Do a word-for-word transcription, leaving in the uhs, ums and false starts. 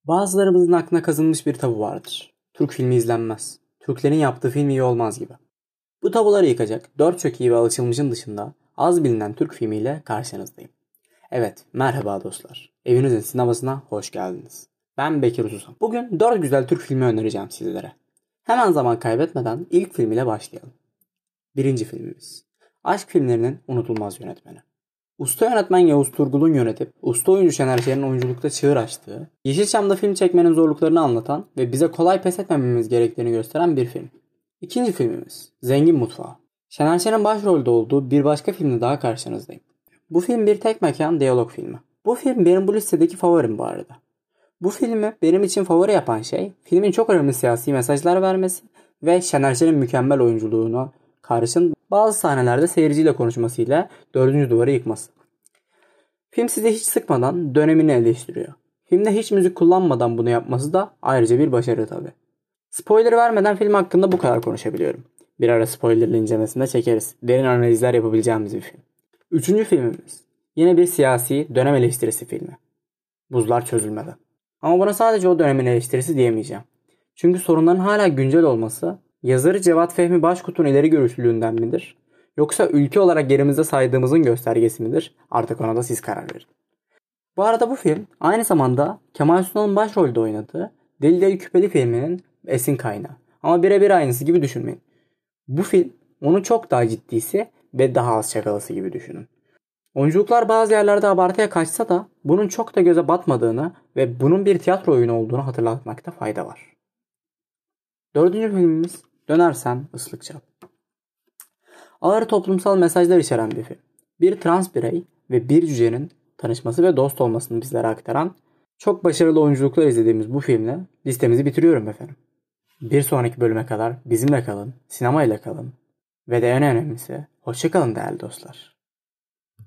Bazılarımızın aklına kazınmış bir tabu vardır. Türk filmi izlenmez. Türklerin yaptığı film iyi olmaz gibi. Bu tabuları yıkacak dört çok iyi ve alışılmışın dışında az bilinen Türk filmiyle karşınızdayım. Evet, merhaba dostlar. Evinizin sinemasına hoş geldiniz. Ben Bekir Uzun. Bugün dört güzel Türk filmi önereceğim sizlere. Hemen zaman kaybetmeden ilk film ile başlayalım. Birinci filmimiz. Aşk filmlerinin unutulmaz yönetmeni. Usta yönetmen Yavuz Turgul'un yönetip usta oyuncu Şener Şen'in oyunculukta çığır açtığı, Yeşilçam'da film çekmenin zorluklarını anlatan ve bize kolay pes etmememiz gerektiğini gösteren bir film. İkinci filmimiz Zengin Mutfağı. Şener Şen'in başrolde olduğu bir başka filmde daha karşınızdayım. Bu film bir tek mekan diyalog filmi. Bu film benim bu listedeki favorim bu arada. Bu filmi benim için favori yapan şey filmin çok önemli siyasi mesajlar vermesi ve Şener Şen'in mükemmel oyunculuğuna karşın bazı sahnelerde seyirciyle konuşmasıyla dördüncü duvarı yıkması. Film sizi hiç sıkmadan dönemini eleştiriyor. Filmde hiç müzik kullanmadan bunu yapması da ayrıca bir başarı tabii. Spoiler vermeden film hakkında bu kadar konuşabiliyorum. Bir ara spoilerlı incelemesinde çekeriz. Derin analizler yapabileceğimiz bir film. Üçüncü filmimiz. Yine bir siyasi dönem eleştirisi filmi. Buzlar çözülmeden. Ama buna sadece o dönemin eleştirisi diyemeyeceğim. Çünkü sorunların hala güncel olması yazarı Cevat Fehmi Başkut'un ileri görüşlülüğünden midir? Yoksa ülke olarak yerimizde saydığımızın göstergesi midir? Artık ona da siz karar verin. Bu arada bu film aynı zamanda Kemal Sunal'ın başrolde oynadığı Deli Deli Küpeli filminin esin kaynağı. Ama birebir aynısı gibi düşünmeyin. Bu film onu çok daha ciddisi ve daha az şakalısı gibi düşünün. Oyunculuklar bazı yerlerde abartıya kaçsa da bunun çok da göze batmadığını ve bunun bir tiyatro oyunu olduğunu hatırlatmakta fayda var. Dördüncü filmimiz Dönersen Islık Çal. Ağır toplumsal mesajlar içeren bir film. Bir trans birey ve bir cücenin tanışması ve dost olmasını bizlere aktaran çok başarılı oyunculuklar izlediğimiz bu filmle listemizi bitiriyorum efendim. Bir sonraki bölüme kadar bizimle kalın, sinemayla kalın ve de en önemlisi hoşça kalın değerli dostlar.